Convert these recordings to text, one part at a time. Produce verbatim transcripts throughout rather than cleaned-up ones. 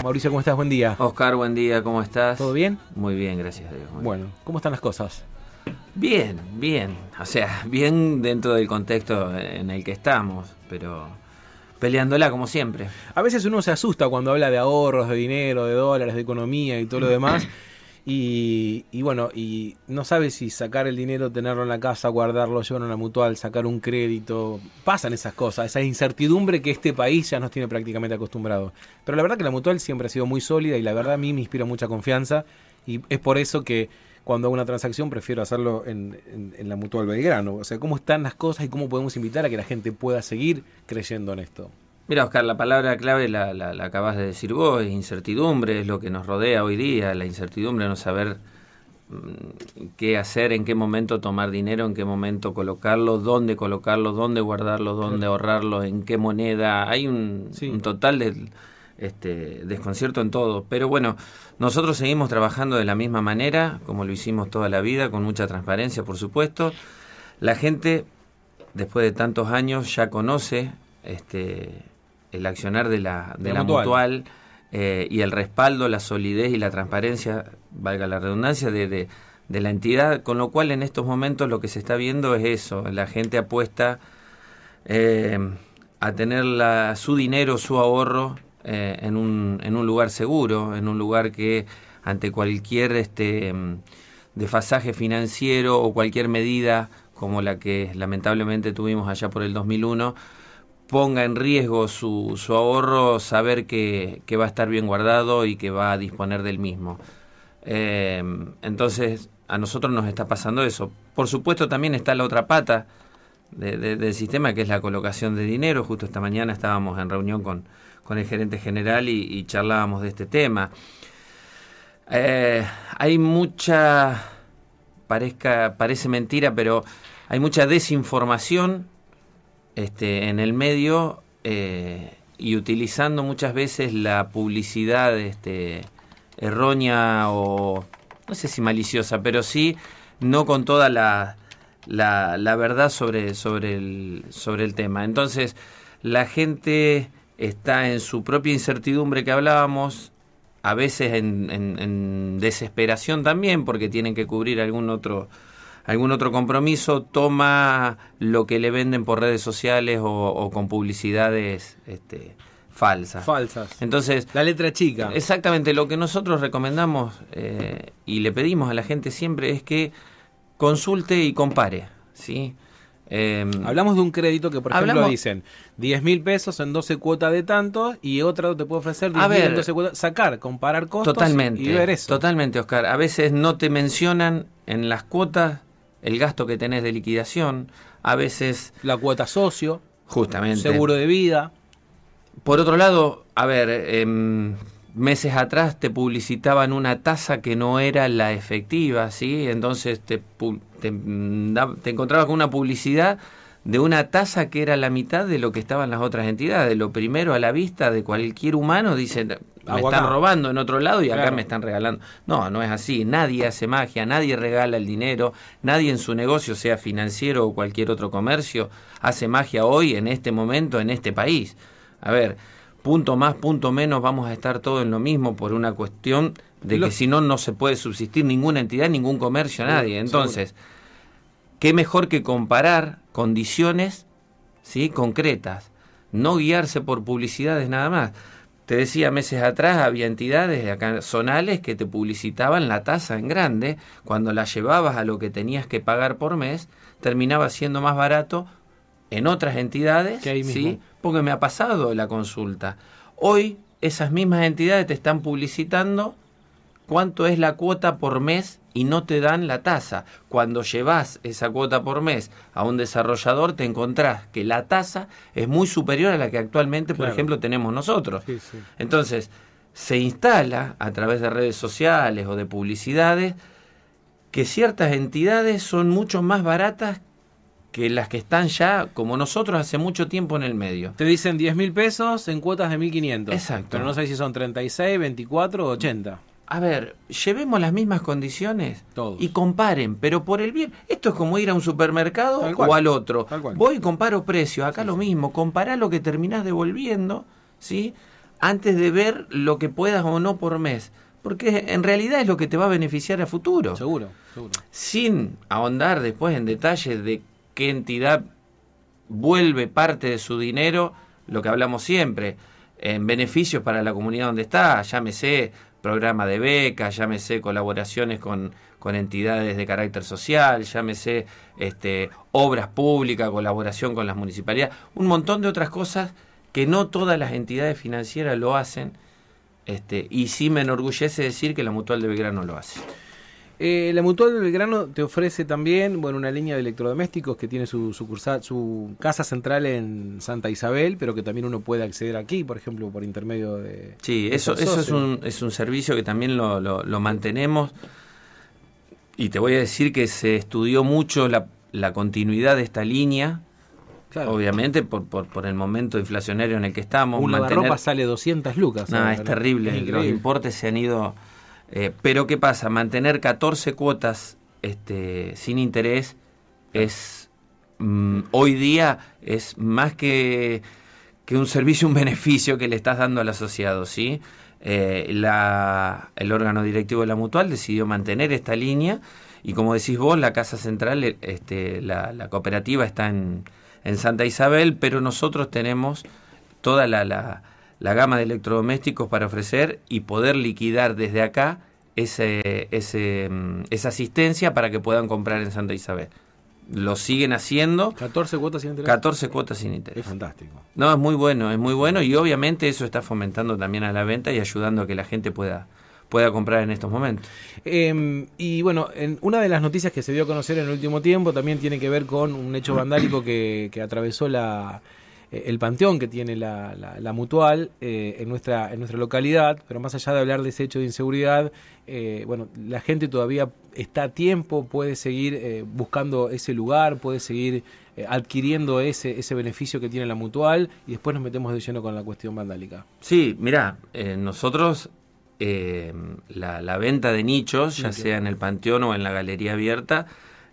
Mauricio, ¿cómo estás? Buen día. Oscar, buen día, ¿cómo estás? ¿Todo bien? Muy bien, gracias a Dios. Bueno, ¿cómo están las cosas? Bien, bien. O sea, bien dentro del contexto en el que estamos, pero peleándola como siempre. A veces uno se asusta cuando habla de ahorros, de dinero, de dólares, de economía y todo lo demás. Y, y bueno, y no sabe si sacar el dinero, tenerlo en la casa, guardarlo, llevarlo a la mutual, sacar un crédito. Pasan esas cosas, esa incertidumbre que este país ya nos tiene prácticamente acostumbrados. Pero la verdad que la mutual siempre ha sido muy sólida y la verdad a mí me inspira mucha confianza. Y es por eso que cuando hago una transacción prefiero hacerlo en, en, en la Mutual Belgrano. O sea, cómo están las cosas y cómo podemos invitar a que la gente pueda seguir creyendo en esto. Mira, Oscar, la palabra clave la, la, la acabas de decir vos, es incertidumbre, es lo que nos rodea hoy día, la incertidumbre, no saber mmm, qué hacer, en qué momento tomar dinero, en qué momento colocarlo, dónde colocarlo, dónde guardarlo, dónde ahorrarlo, en qué moneda. Hay un, sí. un total de este, desconcierto en todo, pero bueno, nosotros seguimos trabajando de la misma manera, como lo hicimos toda la vida, con mucha transparencia, por supuesto. La gente, después de tantos años, ya conoce este el accionar de la, de la, la mutual, mutual eh, y el respaldo, la solidez y la transparencia, valga la redundancia, de, de, de la entidad, con lo cual en estos momentos lo que se está viendo es eso, la gente apuesta eh, a tener la, su dinero, su ahorro eh, en, un, en un lugar seguro, en un lugar que ante cualquier este desfasaje financiero o cualquier medida como la que lamentablemente tuvimos allá por el dos mil uno, ponga en riesgo su, su ahorro, saber que, que va a estar bien guardado y que va a disponer del mismo. Eh, entonces, a nosotros nos está pasando eso. Por supuesto, también está la otra pata de, de, del sistema, que es la colocación de dinero. Justo esta mañana estábamos en reunión con, con el gerente general y, y charlábamos de este tema. Eh, hay mucha, parezca, parece mentira, pero hay mucha desinformación Este, en el medio eh, y utilizando muchas veces la publicidad este, errónea o no sé si maliciosa, pero sí no con toda la, la, la verdad sobre, sobre, el, sobre el tema. Entonces la gente está en su propia incertidumbre que hablábamos, a veces en, en, en desesperación también porque tienen que cubrir algún otro algún otro compromiso, toma lo que le venden por redes sociales o, o con publicidades este, falsas. Falsas. Entonces, la letra chica. Exactamente, lo que nosotros recomendamos eh, y le pedimos a la gente siempre es que consulte y compare, ¿sí? Eh, hablamos de un crédito que, por ejemplo, hablamos, dicen diez mil pesos en doce cuotas de tanto y otra te puede ofrecer diez mil en doce cuotas. Sacar, comparar costos totalmente, y ver eso. Totalmente, Oscar. A veces no te mencionan en las cuotas el gasto que tenés de liquidación, a veces la cuota socio, justamente, seguro de vida. Por otro lado, a ver, eh, meses atrás te publicitaban una tasa que no era la efectiva, ¿sí? Entonces te, te, te encontrabas con una publicidad de una tasa que era la mitad de lo que estaban las otras entidades. Lo primero a la vista de cualquier humano dice, me Agua están acá. robando en otro lado y claro. acá me están regalando. No, no es así. Nadie hace magia, nadie regala el dinero, nadie en su negocio, sea financiero o cualquier otro comercio, hace magia hoy, en este momento, en este país. A ver, punto más, punto menos, vamos a estar todos en lo mismo por una cuestión de lo... que si no, no se puede subsistir ninguna entidad, ningún comercio, nadie. Entonces, qué mejor que comparar condiciones, ¿sí?, concretas, no guiarse por publicidades nada más. Te decía, meses atrás había entidades acá zonales que te publicitaban la tasa en grande, cuando la llevabas a lo que tenías que pagar por mes, terminaba siendo más barato en otras entidades, ¿sí?, porque me ha pasado la consulta. Hoy esas mismas entidades te están publicitando cuánto es la cuota por mes y no te dan la tasa. Cuando llevas esa cuota por mes a un desarrollador te encontrás que la tasa es muy superior a la que actualmente, por claro. ejemplo, tenemos nosotros. Sí, sí. Entonces, se instala a través de redes sociales o de publicidades que ciertas entidades son mucho más baratas que las que están ya, como nosotros, hace mucho tiempo en el medio. Te dicen diez mil pesos en cuotas de mil quinientos. Exacto. Pero no sé si son treinta y seis, veinticuatro o ochenta. A ver, llevemos las mismas condiciones Todos. y comparen, pero por el bien. Esto es como ir a un supermercado o al otro. Voy y comparo precios, acá sí, lo mismo, compará lo que terminás devolviendo, ¿sí?, antes de ver lo que puedas o no por mes. Porque en realidad es lo que te va a beneficiar a futuro. Seguro, seguro. Sin ahondar después en detalles de qué entidad vuelve parte de su dinero, lo que hablamos siempre, en beneficios para la comunidad donde está, llámese programa de becas, llámese colaboraciones con, con entidades de carácter social, llámese este, obras públicas, colaboración con las municipalidades, un montón de otras cosas que no todas las entidades financieras lo hacen. Este, y sí me enorgullece decir que la Mutual de Belgrano lo hace. Eh, la Mutual de Belgrano te ofrece también, bueno, una línea de electrodomésticos que tiene su sucursal, su casa central en Santa Isabel, pero que también uno puede acceder aquí, por ejemplo, por intermedio de... Sí, eso, de eso es un, es un servicio que también lo, lo, lo mantenemos, y te voy a decir que se estudió mucho la, la continuidad de esta línea. Claro. Obviamente por, por por el momento inflacionario en el que estamos. Un mantener... lavarropa sale doscientas lucas. No, ahora, es terrible, es los importes se han ido... Eh, pero ¿qué pasa? Mantener catorce cuotas este, sin interés es mm, hoy día es más que, que un servicio, un beneficio que le estás dando al asociado, ¿sí? Eh, la, el órgano directivo de la Mutual decidió mantener esta línea y, como decís vos, la casa central, este, la, la cooperativa está en... en Santa Isabel, pero nosotros tenemos toda la, la, la gama de electrodomésticos para ofrecer y poder liquidar desde acá ese, ese, esa asistencia para que puedan comprar en Santa Isabel. Lo siguen haciendo. catorce cuotas sin interés. catorce cuotas sin interés. Es fantástico. No, es muy bueno, es muy bueno, y obviamente eso está fomentando también a la venta y ayudando a que la gente pueda pueda comprar en estos momentos. Eh, y bueno, en una de las noticias que se dio a conocer en el último tiempo también tiene que ver con un hecho vandálico que, que atravesó la, eh, el panteón que tiene la, la, la Mutual eh, en nuestra en nuestra localidad, pero más allá de hablar de ese hecho de inseguridad, eh, bueno, la gente todavía está a tiempo, puede seguir eh, buscando ese lugar, puede seguir eh, adquiriendo ese ese beneficio que tiene la Mutual, y después nos metemos de lleno con la cuestión vandálica. Sí, mirá, eh, nosotros... Eh, la, la venta de nichos, ya sea en el panteón o en la galería abierta,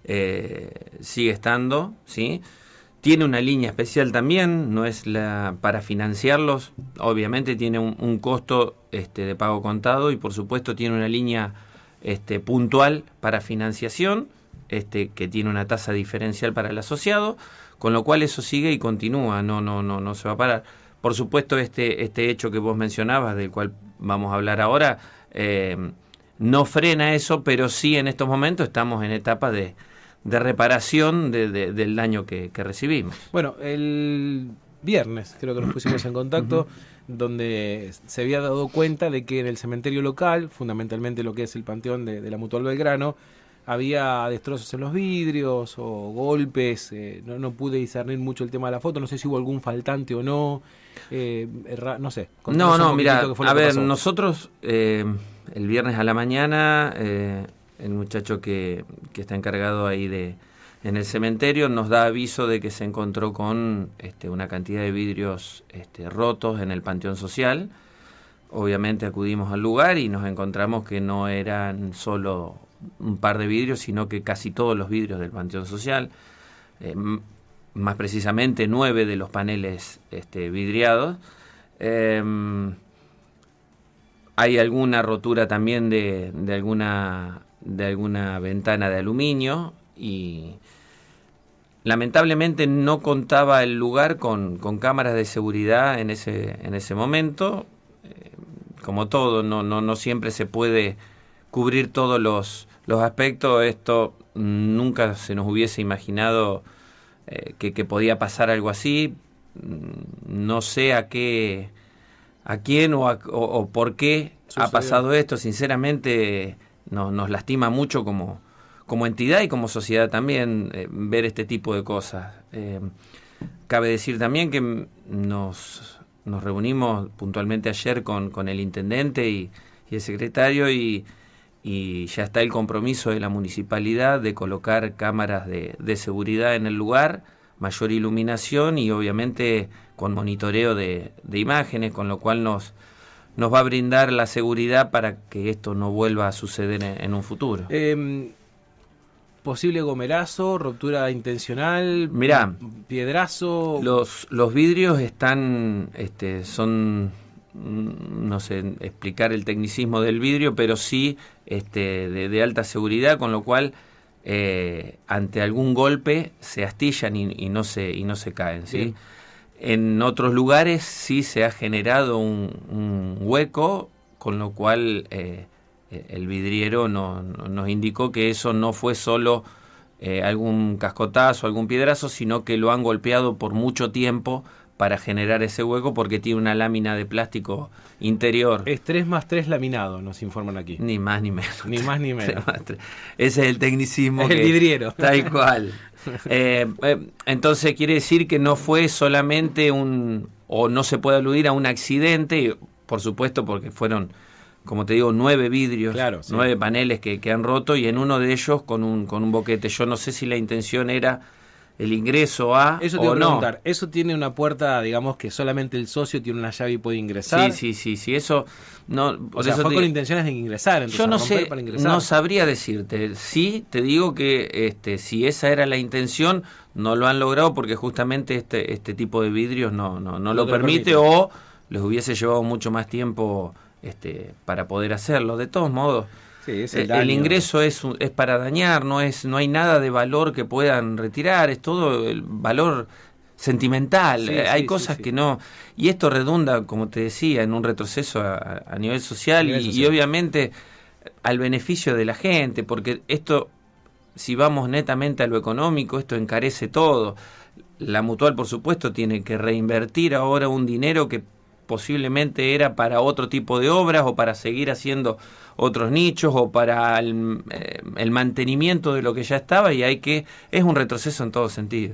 eh, sigue estando, ¿sí? Tiene una línea especial también, no es la para financiarlos, obviamente tiene un, un costo este, de pago contado, y por supuesto tiene una línea este, puntual para financiación, este, que tiene una tasa diferencial para el asociado, con lo cual eso sigue y continúa, no, no, no, no se va a parar. Por supuesto, este, este hecho que vos mencionabas, del cual vamos a hablar ahora, eh, no frena eso, pero sí en estos momentos estamos en etapa de, de reparación de, de, del daño que, que recibimos. Bueno, el viernes creo que nos pusimos en contacto, uh-huh. donde se había dado cuenta de que en el cementerio local, fundamentalmente lo que es el panteón de, de la Mutual Belgrano, había destrozos en los vidrios o golpes, eh, no, no pude discernir mucho el tema de la foto, no sé si hubo algún faltante o no, eh, erra, no sé. No, no, mira, a ver, pasó. nosotros eh, el viernes a la mañana, eh, el muchacho que, que está encargado ahí de en el cementerio nos da aviso de que se encontró con este, una cantidad de vidrios este, rotos en el panteón social. Obviamente acudimos al lugar y nos encontramos que no eran solo un par de vidrios, sino que casi todos los vidrios del panteón social, eh, m- más precisamente nueve de los paneles este, vidriados. Eh, hay alguna rotura también de, de alguna de alguna ventana de aluminio, y lamentablemente no contaba el lugar con, con cámaras de seguridad en ese en ese momento. Eh, como todo, no no no siempre se puede cubrir todos los, los aspectos. Esto nunca se nos hubiese imaginado eh, que, que podía pasar algo así. No sé a qué, a quién o, a, o, o por qué Sucedió. ha pasado esto. Sinceramente nos, nos lastima mucho como, como entidad y como sociedad también eh, ver este tipo de cosas. Eh, cabe decir también que nos, nos reunimos puntualmente ayer con, con el intendente y, y el secretario, y y ya está el compromiso de la municipalidad de colocar cámaras de, de seguridad en el lugar, mayor iluminación y obviamente con monitoreo de, de imágenes, con lo cual nos, nos va a brindar la seguridad para que esto no vuelva a suceder en, en un futuro. Eh, ¿Posible gomerazo, ruptura intencional, Mirá, piedrazo? Los, los vidrios están, este, son no sé explicar el tecnicismo del vidrio, pero sí este, de, de alta seguridad, con lo cual eh, ante algún golpe se astillan y, y no se y no se caen, ¿sí? Bien. En otros lugares sí se ha generado un, un hueco, con lo cual eh, el vidriero no, no, nos indicó que eso no fue solo eh, algún cascotazo, algún piedrazo, sino que lo han golpeado por mucho tiempo para generar ese hueco, porque tiene una lámina de plástico interior. Es tres más tres laminado, nos informan aquí. Ni más ni menos. Ni más ni menos. Ese es el tecnicismo. Es que, el vidriero. Tal cual. eh, eh, entonces quiere decir que no fue solamente un, o no se puede aludir a un accidente, por supuesto, porque fueron, como te digo, nueve vidrios, claro, sí. nueve paneles que, que han roto, y en uno de ellos con un, con un boquete. Yo no sé si la intención era el ingreso a eso te o iba a preguntar. No. Eso tiene una puerta, digamos, que solamente el socio tiene una llave y puede ingresar. Sí, sí, sí, sí, eso no. O sea, eso fue te... con intenciones de ingresar. Entonces, yo no sé, para ingresar. no sabría decirte. Sí, te digo que este, si esa era la intención, no lo han logrado, porque justamente este este tipo de vidrios no no no, no lo permite, lo permite, o les hubiese llevado mucho más tiempo este para poder hacerlo. De todos modos. Sí, es el, el ingreso es, es para dañar, no es no hay nada de valor que puedan retirar, es todo el valor sentimental. Sí, hay sí, cosas sí, sí. que no, y esto redunda, como te decía, en un retroceso a, a nivel social, nivel y, social. y obviamente al beneficio de la gente, porque esto, si vamos netamente a lo económico, esto encarece todo. La Mutual, por supuesto, tiene que reinvertir ahora un dinero que posiblemente era para otro tipo de obras, o para seguir haciendo otros nichos, o para el, eh, el mantenimiento de lo que ya estaba, y hay que, es un retroceso en todo sentido.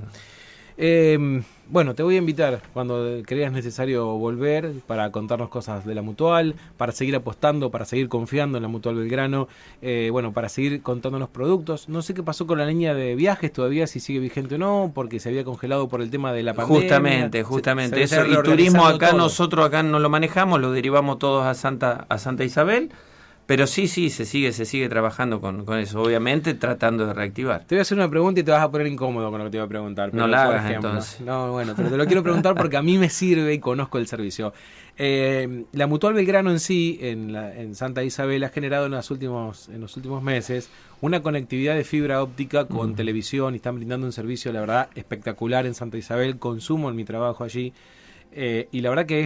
Eh, bueno, te voy a invitar cuando creas necesario volver para contarnos cosas de la Mutual, para seguir apostando, para seguir confiando en la Mutual Belgrano, eh, bueno, para seguir contándonos productos. No sé qué pasó con la línea de viajes todavía, si sigue vigente o no, porque se había congelado por el tema de la pandemia. Justamente, justamente. Se, se eso, y turismo acá, todo. Nosotros acá no lo manejamos, lo derivamos todos a Santa, a Santa Isabel. Pero sí, sí, se sigue se sigue trabajando con, con eso, obviamente tratando de reactivar. Te voy a hacer una pregunta y te vas a poner incómodo con lo que te voy a preguntar. Pero no la hagas, entonces. No, bueno, pero te lo quiero preguntar porque a mí me sirve y conozco el servicio. Eh, la Mutual Belgrano en sí, en, la, en Santa Isabel, ha generado en los últimos, en los últimos meses una conectividad de fibra óptica con mm. televisión, y están brindando un servicio, la verdad, espectacular en Santa Isabel. Consumo en mi trabajo allí. Eh, y la verdad que es...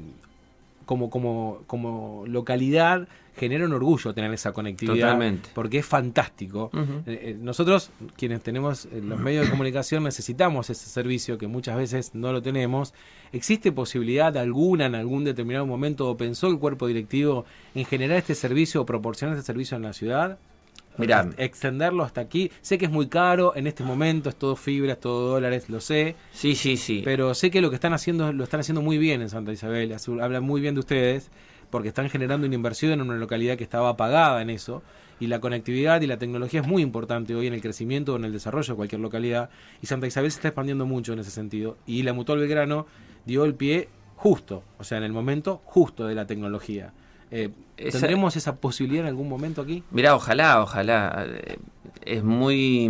Como, como, como localidad genera un orgullo tener esa conectividad. Totalmente. Porque es fantástico. Uh-huh. eh, nosotros, quienes tenemos eh, los medios de comunicación, necesitamos ese servicio que muchas veces no lo tenemos. ¿Existe posibilidad alguna en algún determinado momento, o pensó el cuerpo directivo en generar este servicio o proporcionar este servicio en la ciudad? Mirá, extenderlo hasta aquí. Sé que es muy caro en este momento, es todo fibra, es todo dólares, lo sé. Sí, sí, sí. Pero sé que lo que están haciendo lo están haciendo muy bien en Santa Isabel. Hablan muy bien de ustedes, porque están generando una inversión en una localidad que estaba apagada en eso. Y la conectividad y la tecnología es muy importante hoy en el crecimiento o en el desarrollo de cualquier localidad. Y Santa Isabel se está expandiendo mucho en ese sentido. Y la Mutual Belgrano dio el pie justo, o sea, en el momento justo de la tecnología. Eh, ¿Tendremos esa, esa posibilidad en algún momento aquí? Mirá, ojalá, ojalá. Es muy,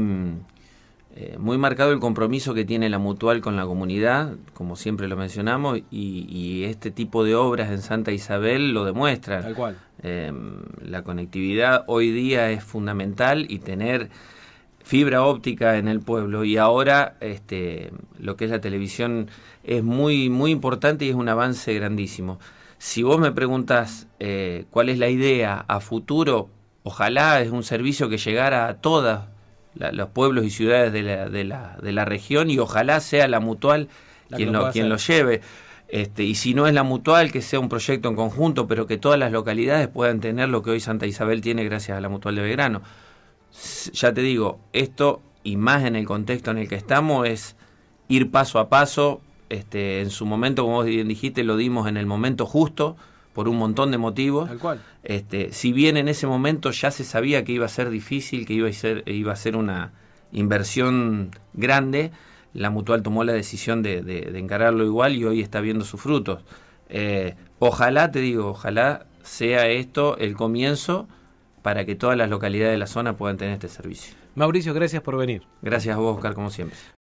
eh, muy marcado el compromiso que tiene la Mutual con la comunidad, como siempre lo mencionamos, y, y este tipo de obras en Santa Isabel lo demuestran. Tal cual. Eh, la conectividad hoy día es fundamental, y tener fibra óptica en el pueblo, y ahora este, lo que es la televisión, es muy, muy importante, y es un avance grandísimo. Si vos me preguntas eh, cuál es la idea a futuro, ojalá es un servicio que llegara a todos los pueblos y ciudades de la, de, la, de la región, y ojalá sea la Mutual la quien, lo, quien lo lleve. Este, y si no es la Mutual, que sea un proyecto en conjunto, pero que todas las localidades puedan tener lo que hoy Santa Isabel tiene gracias a la Mutual de Belgrano. Ya te digo, esto, y más en el contexto en el que estamos, es ir paso a paso. Este, en su momento, como vos bien dijiste, lo dimos en el momento justo, por un montón de motivos. Tal cual. Este, si bien en ese momento ya se sabía que iba a ser difícil, que iba a ser, iba a ser una inversión grande, la Mutual tomó la decisión de, de, de encararlo igual, y hoy está viendo sus frutos. Eh, ojalá, te digo, ojalá sea esto el comienzo para que todas las localidades de la zona puedan tener este servicio. Mauricio, gracias por venir. Gracias a vos, Oscar, como siempre.